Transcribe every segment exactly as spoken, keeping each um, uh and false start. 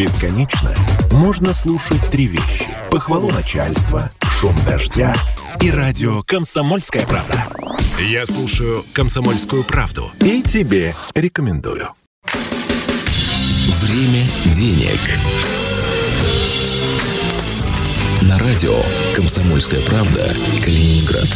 Бесконечно можно слушать три вещи: похвалу начальства, шум дождя и радио «Комсомольская правда». Я слушаю «Комсомольскую правду» и тебе рекомендую. Время денег. На радио «Комсомольская правда», Калининград.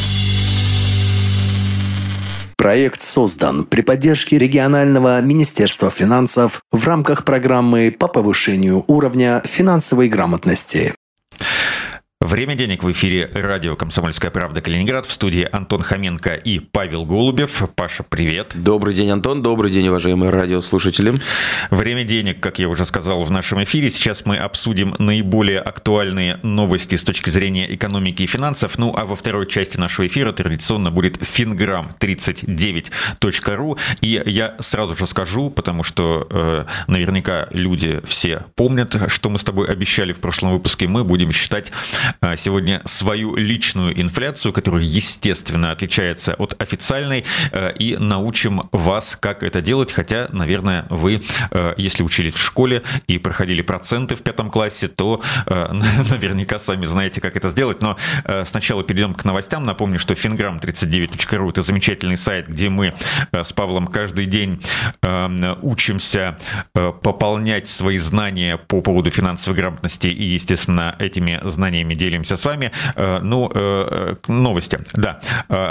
Проект создан при поддержке регионального Министерства финансов в рамках программы по повышению уровня финансовой грамотности. Время денег в эфире радио «Комсомольская правда», Калининград. В студии Антон Хоменко и Павел Голубев. Паша, привет. Добрый день, Антон. Добрый день, уважаемые радиослушатели. Время денег, как я уже сказал в нашем эфире. Сейчас мы обсудим наиболее актуальные новости с точки зрения экономики и финансов. Ну, а во второй части нашего эфира традиционно будет финграмм тридцать девять точка ру. И я сразу же скажу, потому что э, наверняка люди все помнят, что мы с тобой обещали в прошлом выпуске. Мы будем считать сегодня свою личную инфляцию, которая, естественно, отличается от официальной, и научим вас, как это делать, хотя, наверное, вы, если учились в школе и проходили проценты в пятом классе, то наверняка сами знаете, как это сделать. Но сначала перейдем к новостям. Напомню, что финграмм тридцать девять точка ру – это замечательный сайт, где мы с Павлом каждый день учимся пополнять свои знания по поводу финансовой грамотности и, естественно, этими знаниями делимся с вами. Ну, новости. Да.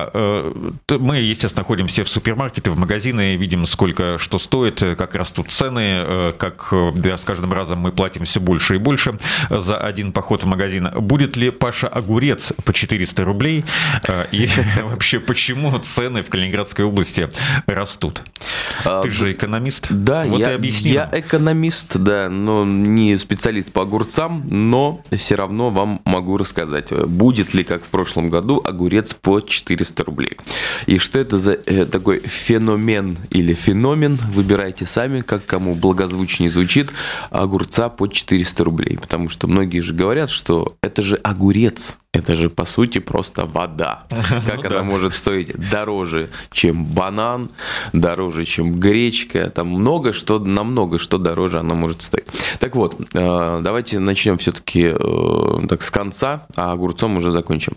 Мы, естественно, ходим все в супермаркеты, в магазины, видим, сколько что стоит, как растут цены, как да, с каждым разом мы платим все больше и больше за один поход в магазин. Будет ли, Паша, огурец по четыреста рублей? И вообще, почему цены в Калининградской области растут? Ты же экономист. Да, вот я, и объясни. я экономист, да, но не специалист по огурцам, но все равно вам могу рассказать, будет ли, как в прошлом году, огурец по четыреста рублей. И что это за э, такой феномен или феномен, выбирайте сами, как кому благозвучнее звучит, огурца по четыреста рублей. Потому что многие же говорят, что это же огурец. Это же, по сути, просто вода. Как она может стоить дороже, чем банан, дороже, чем гречка. Там много что, намного что дороже она может стоить. Так вот, давайте начнем все-таки так с конца, а огурцом уже закончим.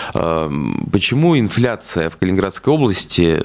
Почему инфляция в Калининградской области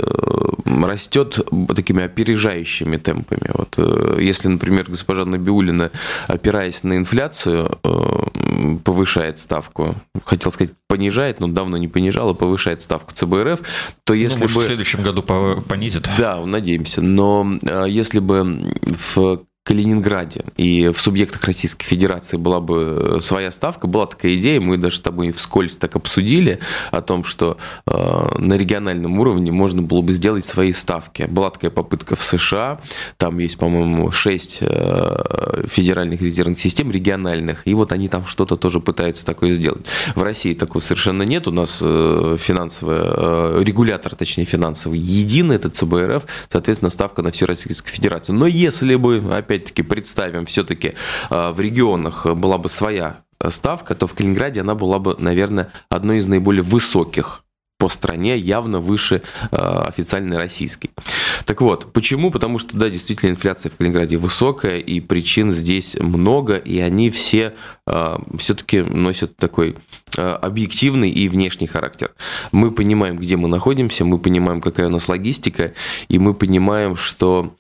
растет такими опережающими темпами? Вот, если, например, госпожа Набиуллина, опираясь на инфляцию, повышает ставку, хотел сказать, понижает, но давно не понижала, повышает ставку ЦБ РФ, то если ну, может, бы... в следующем году понизит. Да, надеемся. Но если бы в Калининграде и в субъектах Российской Федерации была бы своя ставка, была такая идея, мы даже с тобой вскользь так обсудили о том, что э, на региональном уровне можно было бы сделать свои ставки. Была такая попытка в США, там есть, по-моему, шесть э, федеральных резервных систем региональных, и вот они там что-то тоже пытаются такое сделать. В России такого совершенно нет, у нас э, финансовый, э, регулятор, точнее финансовый, единый, это ЦБ РФ, соответственно, ставка на всю Российскую Федерацию. Но если бы, опять Опять-таки, представим, все-таки в регионах была бы своя ставка, то в Калининграде она была бы, наверное, одной из наиболее высоких по стране, явно выше официальной российской. Так вот, почему? Потому что, да, действительно, инфляция в Калининграде высокая, и причин здесь много, и они все все-таки носят такой объективный и внешний характер. Мы понимаем, где мы находимся, мы понимаем, какая у нас логистика, и мы понимаем, что,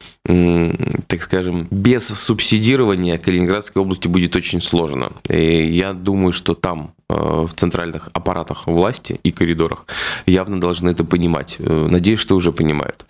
так скажем, без субсидирования Калининградской области будет очень сложно. И я думаю, что там, в центральных аппаратах власти и коридорах, явно должны это понимать. Надеюсь, что уже понимают.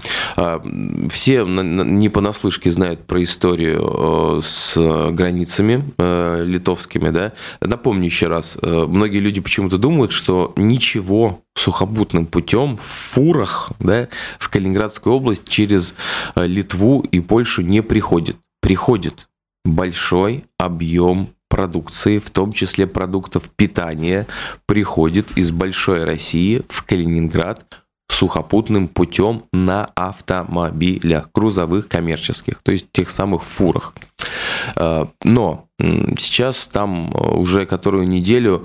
Все не понаслышке знают про историю с границами литовскими. Да? Напомню еще раз, многие люди почему-то думают, что ничего сухопутным путем в фурах, да, в Калининградскую область через Литву и Польшу не приходит. Приходит большой объем продукции, в том числе продуктов питания, приходит из большой России в Калининград сухопутным путем на автомобилях, грузовых, коммерческих, то есть тех самых фурах. Но сейчас там уже которую неделю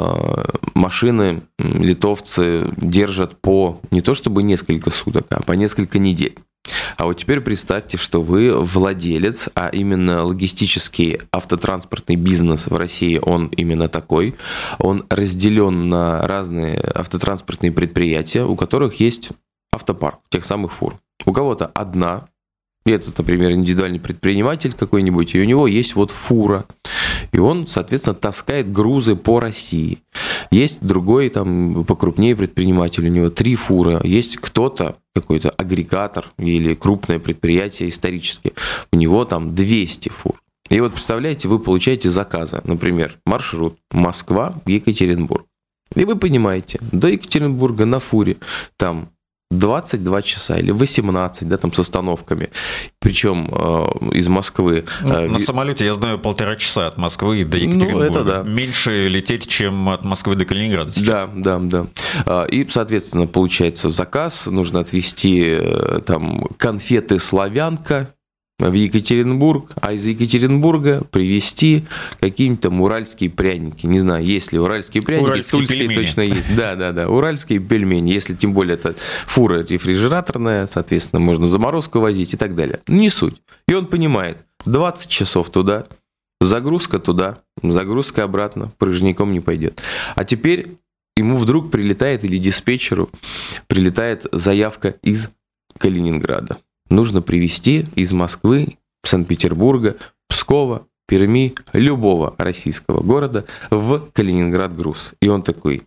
машины литовцы держат по не то чтобы несколько суток, а по несколько недель. А вот теперь представьте, что вы владелец, а именно логистический автотранспортный бизнес в России, он именно такой. Он разделен на разные автотранспортные предприятия, у которых есть автопарк тех самых фур. У кого-то одна, это, например, индивидуальный предприниматель какой-нибудь, и у него есть вот фура, и он, соответственно, таскает грузы по России. Есть другой, там, покрупнее предприниматель, у него три фуры. Есть кто-то, какой-то агрегатор или крупное предприятие исторически, у него там двести фур. И вот, представляете, вы получаете заказы, например, маршрут Москва-Екатеринбург. И вы понимаете, до Екатеринбурга на фуре там двадцать два часа или восемнадцать, да, там с остановками. Причем э, из Москвы... Э, на самолете, я знаю, полтора часа от Москвы до Екатеринбурга. Ну, это да. Меньше лететь, чем от Москвы до Калининграда сейчас. Да, да, да. И, соответственно, получается заказ, нужно отвезти там конфеты «Славянка» в Екатеринбург, а из Екатеринбурга привезти какие-нибудь там уральские пряники. Не знаю, есть ли уральские пряники, уральские тульские пельмени. Точно есть. Да, да, да, уральские пельмени. Если тем более это фура рефрижераторная, соответственно, можно заморозку возить и так далее. Не суть. И он понимает, двадцать часов туда, загрузка туда, загрузка обратно, порожняком не пойдет. А теперь ему вдруг прилетает, или диспетчеру прилетает заявка из Калининграда. Нужно привезти из Москвы, Санкт-Петербурга, Пскова, Перми, любого российского города в Калининград груз. И он такой,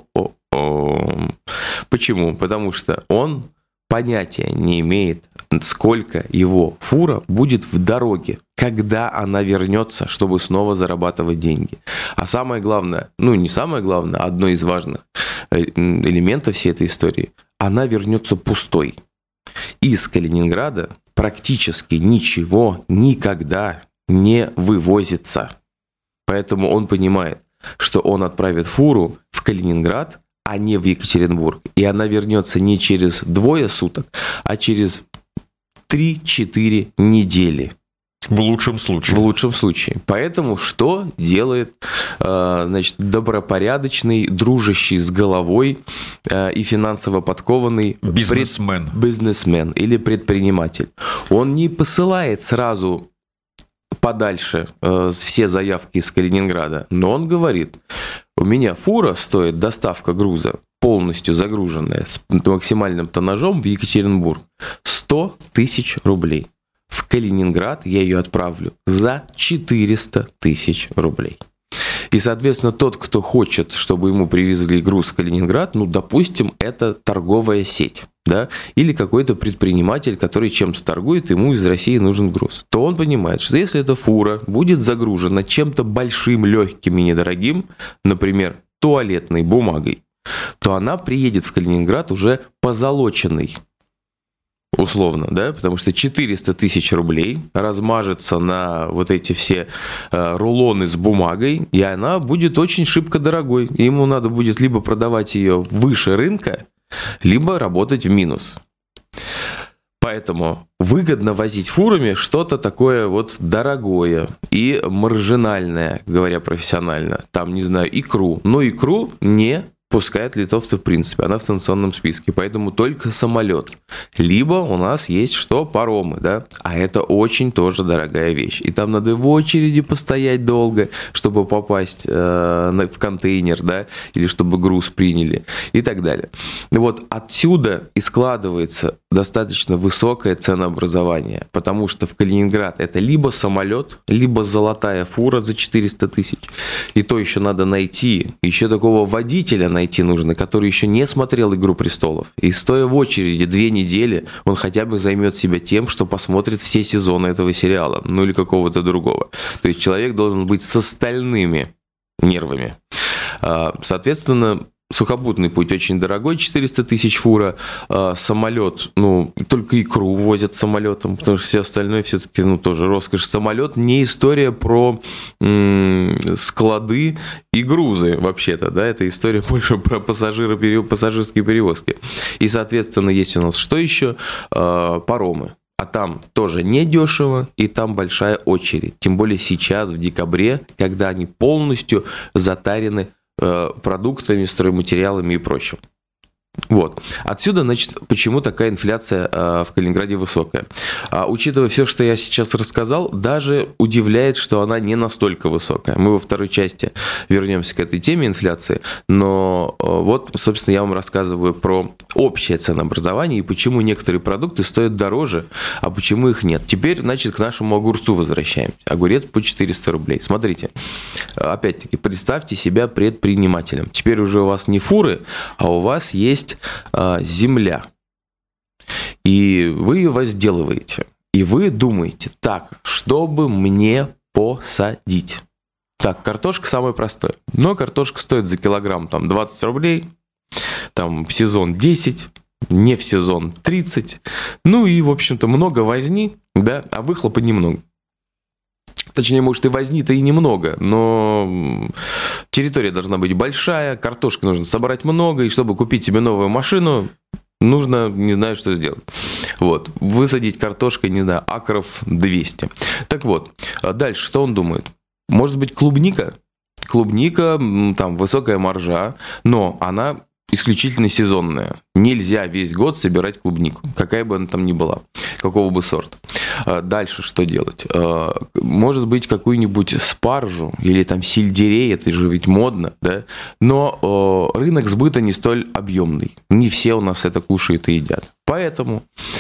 о-о-о. Почему? Потому что он понятия не имеет, сколько его фура будет в дороге, когда она вернется, чтобы снова зарабатывать деньги. А самое главное, ну не самое главное, одно из важных элементов всей этой истории, она вернется пустой. Из Калининграда практически ничего никогда не вывозится. Поэтому он понимает, что он отправит фуру в Калининград, а не в Екатеринбург. И она вернется не через двое суток, а через три-четыре недели. В лучшем случае. В лучшем случае. Поэтому что делает, значит, добропорядочный, дружащий с головой и финансово подкованный бизнесмен. Пред... бизнесмен или предприниматель? Он не посылает сразу подальше все заявки из Калининграда, но он говорит, у меня фура стоит, доставка груза, полностью загруженная, с максимальным тоннажом в Екатеринбург, сто тысяч рублей. В Калининград я ее отправлю за четыреста тысяч рублей. И, соответственно, тот, кто хочет, чтобы ему привезли груз в Калининград, ну, допустим, это торговая сеть, да, или какой-то предприниматель, который чем-то торгует, ему из России нужен груз, то он понимает, что если эта фура будет загружена чем-то большим, легким и недорогим, например, туалетной бумагой, то она приедет в Калининград уже позолоченной. Условно, да, потому что четыреста тысяч рублей размажется на вот эти все э, рулоны с бумагой, и она будет очень шибко дорогой. И ему надо будет либо продавать ее выше рынка, либо работать в минус. Поэтому выгодно возить фурами что-то такое вот дорогое и маржинальное, говоря профессионально. Там, не знаю, икру. Но икру не пускают литовцы в принципе, она в санкционном списке, поэтому только самолет. Либо у нас есть что? Паромы, да, а это очень тоже дорогая вещь. И там надо в очереди постоять долго, чтобы попасть э, в контейнер, да, или чтобы груз приняли и так далее. Вот отсюда и складывается достаточно высокое ценообразование, потому что в Калининград это либо самолет, либо золотая фура за четыреста тысяч. И то еще надо найти, еще такого водителя найти нужно, который еще не смотрел «Игру престолов». И стоя в очереди две недели, он хотя бы займет себя тем, что посмотрит все сезоны этого сериала, ну или какого-то другого. То есть человек должен быть с остальными нервами. Соответственно, сухопутный путь очень дорогой, четыреста тысяч фура. Самолет, ну, только икру возят самолетом, потому что все остальное все-таки, ну, тоже роскошь. Самолет не история про м- склады и грузы, вообще-то, да, это история больше про пассажиры, пассажирские перевозки. И, соответственно, есть у нас что еще? Паромы. А там тоже недешево, и там большая очередь. Тем более сейчас, в декабре, когда они полностью затарены продуктами, стройматериалами и прочим. Вот. Отсюда, значит, почему такая инфляция в Калининграде высокая. А, учитывая все, что я сейчас рассказал, даже удивляет, что она не настолько высокая. Мы во второй части вернемся к этой теме инфляции, но вот, собственно, я вам рассказываю про общее ценообразование и почему некоторые продукты стоят дороже, а почему их нет. Теперь, значит, к нашему огурцу возвращаемся. Огурец по четыреста рублей. Смотрите, опять-таки, представьте себя предпринимателем. Теперь уже у вас не фуры, а у вас есть земля, и вы ее возделываете, и вы думаете, так, чтобы мне посадить? Так, картошка самое простое, но картошка стоит за килограмм там двадцать рублей, там в сезон десять, не в сезон тридцать, ну и, в общем-то, много возни, да, а выхлопа немного. Точнее, может, и возни-то и немного, но территория должна быть большая, картошки нужно собрать много, и чтобы купить себе новую машину, нужно, не знаю, что сделать. Вот, высадить картошкой, не знаю, акров двести. Так вот, дальше, что он думает? Может быть, клубника? Клубника, там, высокая маржа, но она исключительно сезонная. Нельзя весь год собирать клубнику, какая бы она там ни была, какого бы сорта. Дальше что делать? Может быть, какую-нибудь спаржу или там сельдерей, это же ведь модно, да? Но рынок сбыта не столь объемный. Не все у нас это кушают и едят. Поэтому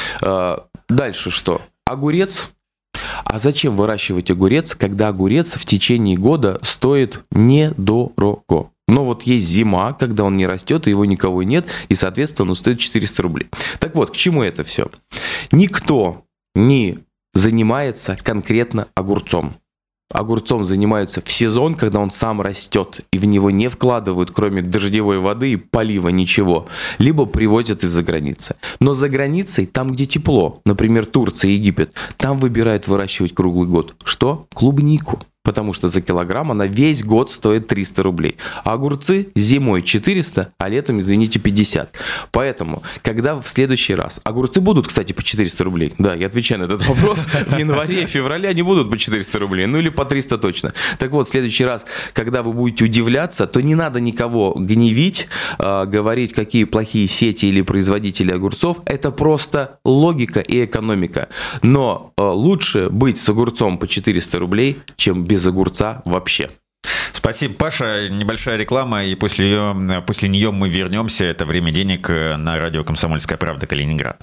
дальше что? Огурец. А зачем выращивать огурец, когда огурец в течение года стоит недорого? Но вот есть зима, когда он не растет, и его никого нет, и, соответственно, он стоит четыреста рублей. Так вот, к чему это все? Никто не занимается конкретно огурцом. Огурцом занимаются в сезон, когда он сам растет, и в него не вкладывают, кроме дождевой воды и полива, ничего. Либо привозят из-за границы. Но за границей, там, где тепло, например, Турция, Египет, там выбирают выращивать круглый год. Что? Клубнику. Потому что за килограмм она весь год стоит триста рублей. А огурцы зимой четыреста, а летом, извините, пятьдесят. Поэтому, когда в следующий раз... Огурцы будут, кстати, по четыреста рублей. Да, я отвечаю на этот вопрос. В январе и феврале они будут по четыреста рублей. Ну или по триста точно. Так вот, в следующий раз, когда вы будете удивляться, то не надо никого гневить, говорить, какие плохие сети или производители огурцов. Это просто логика и экономика. Но лучше быть с огурцом по четыреста рублей, чем без без огурца вообще. Спасибо, Паша. Небольшая реклама, и после, ее, после нее мы вернемся. Это «Время денег» на радио «Комсомольская правда», Калининград.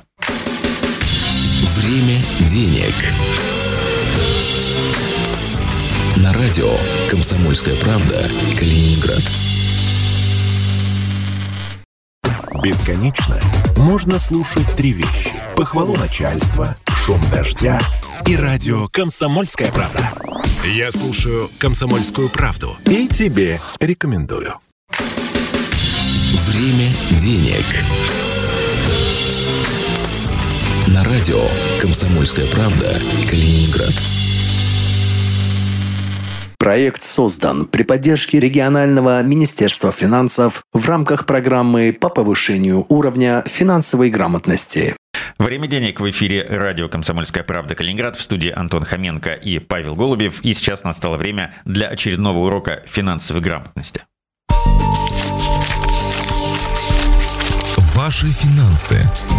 Время денег. На радио «Комсомольская правда», Калининград. Бесконечно можно слушать три вещи: похвалу начальства, шум дождя и радио «Комсомольская правда». Я слушаю «Комсомольскую правду» и тебе рекомендую. Время денег. На радио «Комсомольская правда», Калининград. Проект создан при поддержке регионального Министерства финансов в рамках программы по повышению уровня финансовой грамотности. Время денег в эфире радио «Комсомольская правда», Калининград. В студии Антон Хоменко и Павел Голубев. И сейчас настало время для очередного урока финансовой грамотности. Ваши финансы.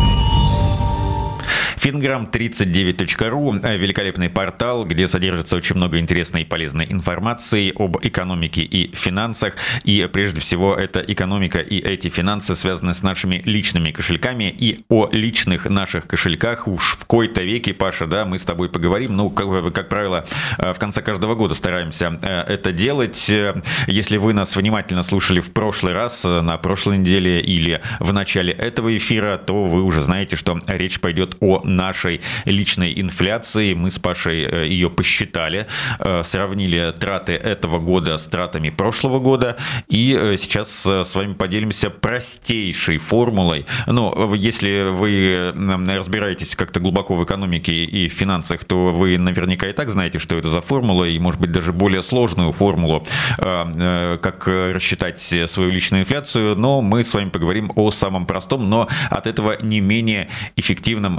финграм тридцать девять точка ру – великолепный портал, где содержится очень много интересной и полезной информации об экономике и финансах. И прежде всего, эта экономика и эти финансы связаны с нашими личными кошельками. И о личных наших кошельках уж в кои-то веки, Паша, да, мы с тобой поговорим. Ну, как, как правило, в конце каждого года стараемся это делать. Если вы нас внимательно слушали в прошлый раз, на прошлой неделе или в начале этого эфира, то вы уже знаете, что речь пойдет о нашей личной инфляции. Мы с Пашей ее посчитали, сравнили траты этого года с тратами прошлого года, и сейчас с вами поделимся простейшей формулой. Ну, если вы разбираетесь как-то глубоко в экономике и финансах, то вы наверняка и так знаете, что это за формула, и, может быть, даже более сложную формулу, как рассчитать свою личную инфляцию, но мы с вами поговорим о самом простом, но от этого не менее эффективном методе,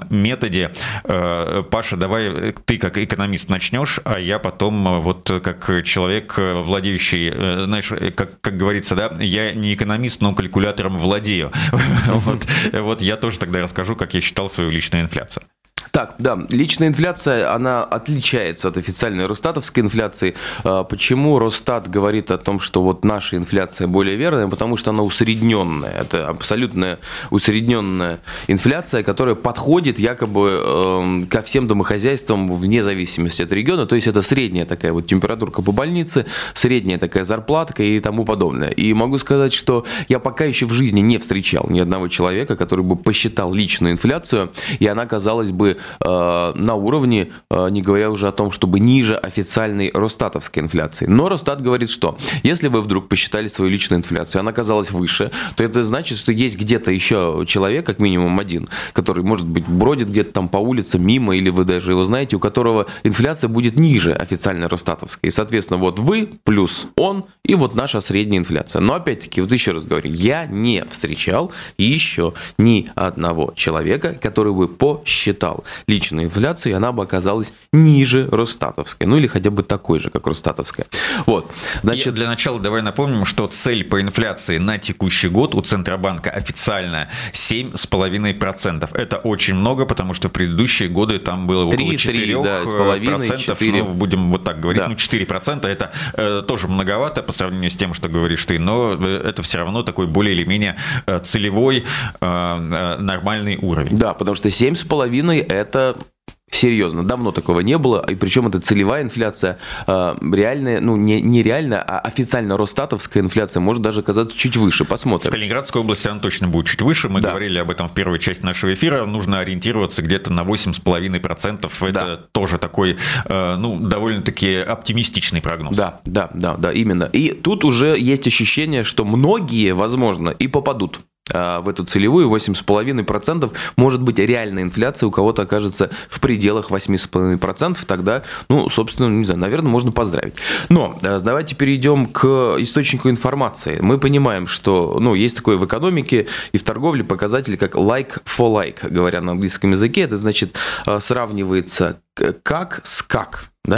методе. Паша, давай ты как экономист начнешь, а я потом вот как человек, владеющий, знаешь, как, как говорится, да, я не экономист, но калькулятором владею. Вот, вот я тоже тогда расскажу, как я считал свою личную инфляцию. Так, да, личная инфляция, она отличается от официальной росстатовской инфляции. Почему Росстат говорит о том, что вот наша инфляция более верная? Потому что она усредненная. Это абсолютно усредненная инфляция, которая подходит якобы ко всем домохозяйствам вне зависимости от региона. То есть это средняя такая вот температурка по больнице, средняя такая зарплатка и тому подобное. И могу сказать, что я пока еще в жизни не встречал ни одного человека, который бы посчитал личную инфляцию, и она, казалось бы, на уровне, не говоря уже о том, чтобы ниже официальной росстатовской инфляции. Но Росстат говорит, что если вы вдруг посчитали свою личную инфляцию, она оказалась выше, то это значит, что есть где-то еще человек, как минимум один, который, может быть, бродит где-то там по улице мимо, или вы даже его знаете, у которого инфляция будет ниже официальной росстатовской. И, соответственно, вот вы плюс он, и вот наша средняя инфляция. Но, опять-таки, вот еще раз говорю, я не встречал еще ни одного человека, который бы посчитал личную инфляцию, и она бы оказалась ниже росстатовской. Ну, или хотя бы такой же, как росстатовская. Вот. Значит, и для начала давай напомним, что цель по инфляции на текущий год у Центробанка официально семь целых пять десятых процента. Это очень много, потому что в предыдущие годы там было около четыре процента. Ну, будем вот так говорить, да. Ну, четыре процента это э, тоже многовато по сравнению с тем, что говоришь ты, но это все равно такой более или менее целевой, э, нормальный уровень. Да, потому что семь целых пять десятых это серьезно, давно такого не было, и причем это целевая инфляция, э, реальная, ну не, не реальная, а официально росстатовская инфляция может даже оказаться чуть выше, посмотрим. В Калининградской области она точно будет чуть выше, мы да. говорили об этом в первой части нашего эфира, нужно ориентироваться где-то на восемь целых пять десятых процента, это да. тоже такой, э, ну, довольно-таки оптимистичный прогноз. Да, да, да, да, именно. И тут уже есть ощущение, что многие, возможно, и попадут в эту целевую. Восемь целых пять десятых процента может быть реальная инфляция, у кого-то окажется в пределах восемь целых пять десятых процента, тогда, ну, собственно, не знаю, наверное, можно поздравить. Но давайте перейдем к источнику информации. Мы понимаем, что, ну, есть такое в экономике и в торговле показатель, как like for like, говоря на английском языке, это значит сравнивается как с как. Да?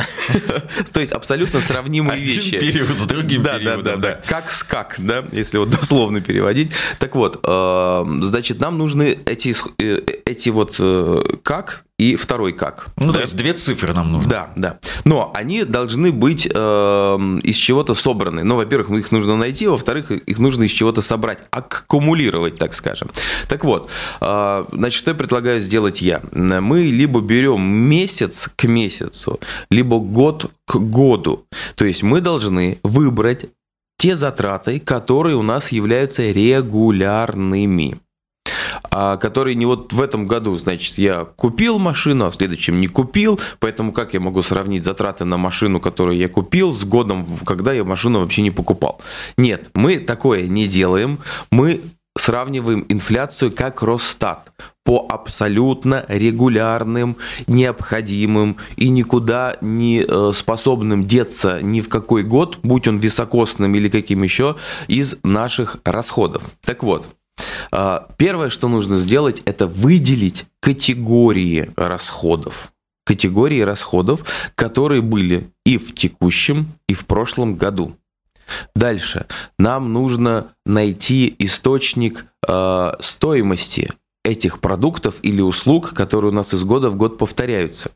То есть абсолютно сравнимые Один вещи. Один период с другим да, периодом. Да, да, да. Как с как, да, если вот дословно переводить. Так вот, значит, нам нужны эти, эти вот как и второй как. Ну, да? То есть две цифры нам нужны. Да, да. Но они должны быть э, из чего-то собраны. Ну, во-первых, их нужно найти, во-вторых, их нужно из чего-то собрать, аккумулировать, так скажем. Так вот, э, значит, что я предлагаю сделать я? Мы либо берем месяц к месяцу, либо год к году. То есть мы должны выбрать те затраты, которые у нас являются регулярными. Которые не вот в этом году, значит, я купил машину, а в следующем не купил, поэтому как я могу сравнить затраты на машину, которую я купил, с годом, когда я машину вообще не покупал? Нет, мы такое не делаем, мы сравниваем инфляцию как Росстат по абсолютно регулярным, необходимым и никуда не способным деться ни в какой год, будь он високосным или каким еще, из наших расходов. Так вот, первое, что нужно сделать, это выделить категории расходов. Категории расходов, которые были и в текущем, и в прошлом году. Дальше. Нам нужно найти источник э, стоимости этих продуктов или услуг, которые у нас из года в год повторяются.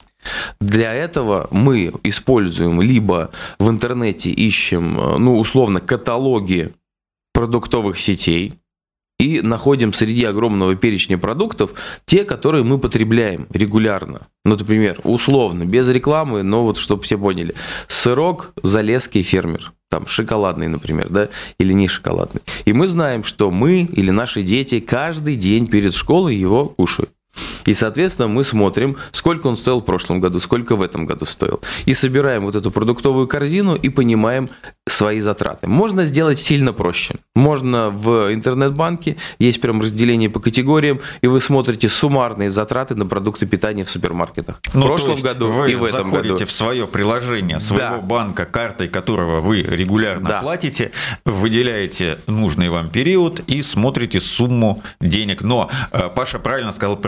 Для этого мы используем либо в интернете ищем, ну, условно, каталоги продуктовых сетей, и находим среди огромного перечня продуктов те, которые мы потребляем регулярно. Ну, например, условно, без рекламы, но вот чтобы все поняли. Сырок залесский фермер, там шоколадный, например, да, или не шоколадный. И мы знаем, что мы или наши дети каждый день перед школой его кушают. И, соответственно, мы смотрим, сколько он стоил в прошлом году, сколько в этом году стоил. И собираем вот эту продуктовую корзину и понимаем свои затраты. Можно сделать сильно проще. Можно в интернет-банке, есть прям разделение по категориям, и вы смотрите суммарные затраты на продукты питания в супермаркетах. В ну, прошлом году вы и в этом году. Вы заходите в свое приложение своего да. банка, картой которого вы регулярно да. платите, выделяете нужный вам период и смотрите сумму денег. Но Паша правильно сказал про категорию.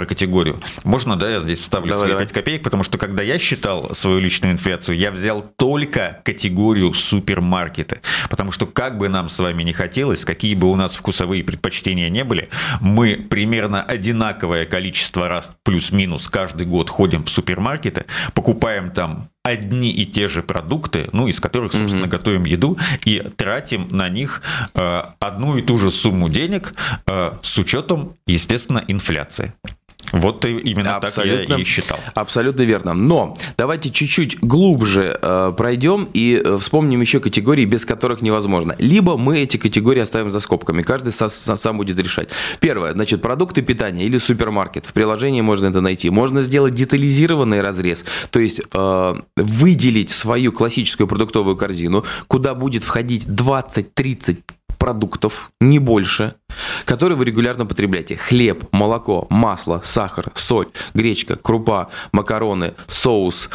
категорию. Можно, да, я здесь вставлю давай, свои давай. пять копеек, потому что когда я считал свою личную инфляцию, я взял только категорию супермаркеты. Потому что как бы нам с вами не хотелось, какие бы у нас вкусовые предпочтения не были, мы примерно одинаковое количество раз плюс-минус каждый год ходим в супермаркеты, покупаем там одни и те же продукты, ну, из которых, собственно, mm-hmm. готовим еду, и тратим на них э, одну и ту же сумму денег э, с учетом, естественно, инфляции. Вот именно абсолютно, так я и считал. Абсолютно верно. Но давайте чуть-чуть глубже э, пройдем и вспомним еще категории, без которых невозможно. Либо мы эти категории оставим за скобками, каждый сам, сам будет решать. Первое, значит, продукты питания или супермаркет. В приложении можно это найти. Можно сделать детализированный разрез, то есть э, выделить свою классическую продуктовую корзину, куда будет входить двадцать-тридцать продуктов, не больше, которые вы регулярно потребляете. Хлеб, молоко, масло, сахар, соль, гречка, крупа, макароны, соус,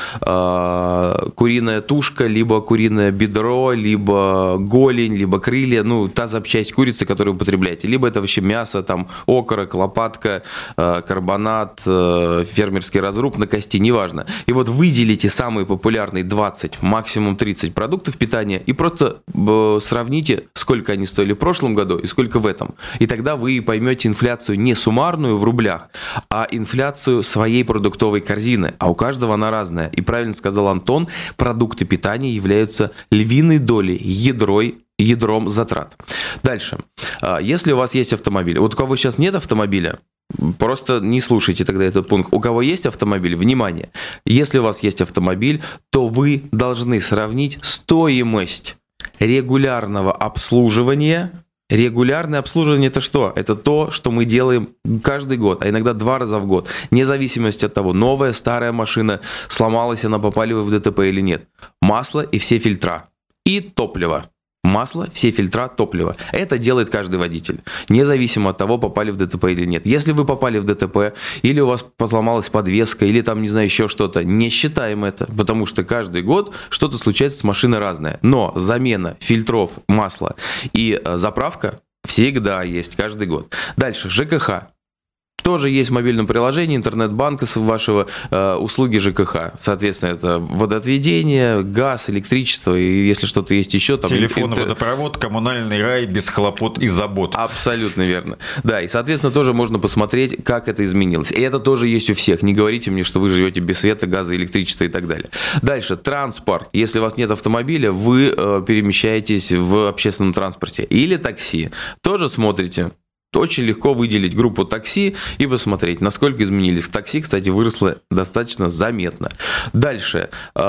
э, куриная тушка, либо куриное бедро, либо голень, либо крылья, ну, та запчасть курицы, которую вы потребляете. Либо это вообще мясо, там, окорок, лопатка, э, карбонат, э, фермерский разруб на кости, неважно. И вот выделите самые популярные двадцать, максимум тридцать продуктов питания и просто э, сравните, сколько они стоили в прошлом году и сколько в этом. И тогда вы поймете инфляцию не суммарную в рублях, а инфляцию своей продуктовой корзины. А у каждого она разная. И правильно сказал Антон, продукты питания являются львиной долей, ядрой, ядром затрат. Дальше. Если у вас есть автомобиль, вот у кого сейчас нет автомобиля, просто не слушайте тогда этот пункт. У кого есть автомобиль, внимание, если у вас есть автомобиль, то вы должны сравнить стоимость регулярного обслуживания. Регулярное обслуживание – это что? Это то, что мы делаем каждый год, а иногда два раза в год. Вне зависимости от того, новая, старая машина, сломалась она, попали вы в ДТП или нет. Масло и все фильтра. И топливо. Масло, все фильтра, топливо. Это делает каждый водитель, независимо от того, попали в ДТП или нет. Если вы попали в ДТП, или у вас сломалась подвеска, или там, не знаю, еще что-то, не считаем это, потому что каждый год что-то случается с машиной разное. Но замена фильтров, масла и заправка всегда есть, каждый год. Дальше, ЖКХ. Тоже есть в мобильном приложении интернет-банка с вашего э, услуги ЖКХ. Соответственно, это водоотведение, газ, электричество, и если что-то есть еще... Там телефон, интер... водопровод, коммунальный рай без хлопот и забот. Абсолютно верно. Да, и, соответственно, тоже можно посмотреть, как это изменилось. И это тоже есть у всех. Не говорите мне, что вы живете без света, газа, электричества и так далее. Дальше, транспорт. Если у вас нет автомобиля, вы э, перемещаетесь в общественном транспорте. Или такси. Тоже смотрите. Очень легко выделить группу такси и посмотреть, насколько изменились. Такси, кстати, выросло достаточно заметно. Дальше.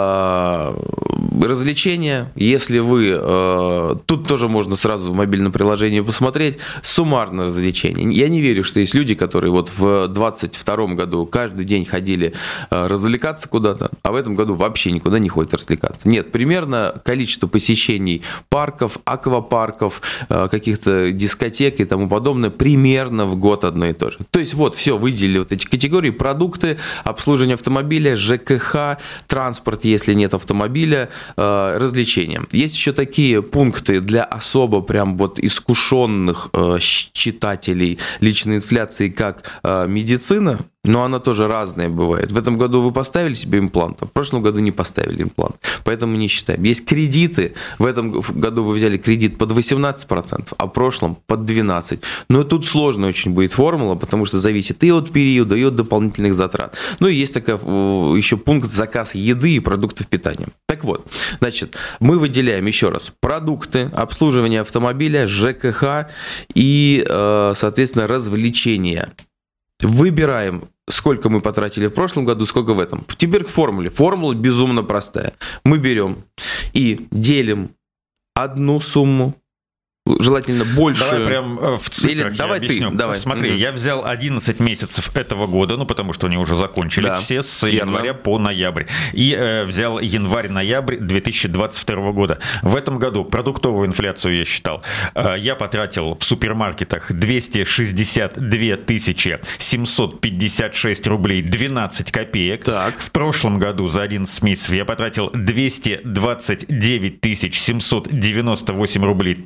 Развлечения. Если вы... Тут тоже можно сразу в мобильном приложении посмотреть. Суммарно развлечения. Я не верю, что есть люди, которые вот в двадцать втором году каждый день ходили развлекаться куда-то, а в этом году вообще никуда не ходят развлекаться. Нет, примерно количество посещений парков, аквапарков, каких-то дискотек и тому подобное примерно в год одно и то же. То есть вот все, выделили вот эти категории: продукты, обслуживание автомобиля, ЖКХ, транспорт, если нет автомобиля, э, развлечения. Есть еще такие пункты для особо прям вот искушенных э, читателей личной инфляции, как э, медицина. Но она тоже разная бывает. В этом году вы поставили себе имплант, а в прошлом году не поставили имплант. Поэтому не считаем. Есть кредиты. В этом году вы взяли кредит под восемнадцать процентов, а в прошлом под двенадцать процентов. Но тут сложная очень будет формула, потому что зависит и от периода, и от дополнительных затрат. Ну и есть такой еще пункт: заказ еды и продуктов питания. Так вот, значит, мы выделяем еще раз продукты, обслуживание автомобиля, ЖКХ и, соответственно, развлечения. Выбираем, сколько мы потратили в прошлом году, сколько в этом. Теперь к формуле. Формула безумно простая. Мы берем и делим одну сумму, желательно больше. Давай прям в цифрах. Или, давай объясню. Ты, давай. Смотри, mm-hmm. я взял одиннадцать месяцев этого года, ну потому что они уже закончились, да, все с верно. января по ноябрь. И э, взял январь-ноябрь две тысячи двадцать второго года. В этом году продуктовую инфляцию я считал. Э, я потратил в супермаркетах двести шестьдесят две тысячи семьсот пятьдесят шесть рублей двенадцать копеек. Так. В прошлом году за одиннадцать месяцев я потратил двести двадцать девять тысяч семьсот девяносто восемь рублей тринадцать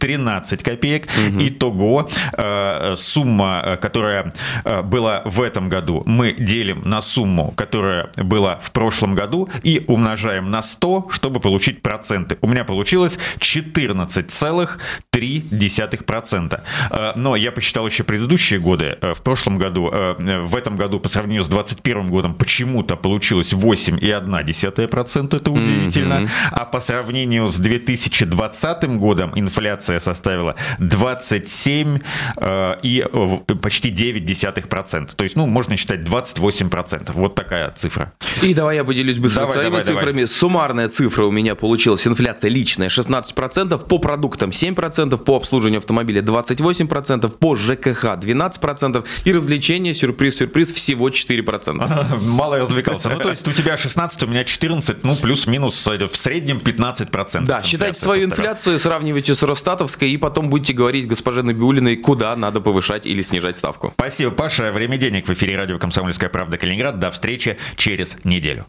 двенадцать копеек. Угу. Итого сумма, которая была в этом году, мы делим на сумму, которая была в прошлом году, и умножаем на сто, чтобы получить проценты. У меня получилось четырнадцать целых три десятых процента. Но я посчитал еще предыдущие годы. В прошлом году, в этом году по сравнению с двадцать первым годом почему-то получилось восемь целых одна десятая процента. Это удивительно. Mm-hmm. А по сравнению с две тысячи двадцатым годом инфляция составила двадцать семь и почти девять десятых процента. То есть, ну, можно считать двадцать восемь процентов. Вот такая цифра. И давай я поделюсь быстро давай, своими давай, цифрами. Давай. Суммарная цифра у меня получилась. Инфляция личная шестнадцать процентов, по продуктам семь процентов, по обслуживанию автомобиля двадцать восемь процентов, по ЖКХ двенадцать процентов и развлечения, сюрприз-сюрприз, всего четыре процента. Мало развлекался. Ну, то есть у тебя шестнадцать, у меня четырнадцать, ну, плюс-минус в среднем пятнадцать процентов. Да, считайте свою инфляцию, сравнивайте с Росстатовской, и потом будете говорить госпоже Набиуллиной, куда надо повышать или снижать ставку. Спасибо, Паша. Время денег в эфире радио «Комсомольская правда» Калининград. До встречи через неделю.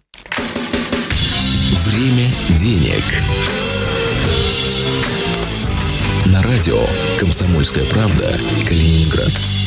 Время денег. На радио «Комсомольская правда» Калининград.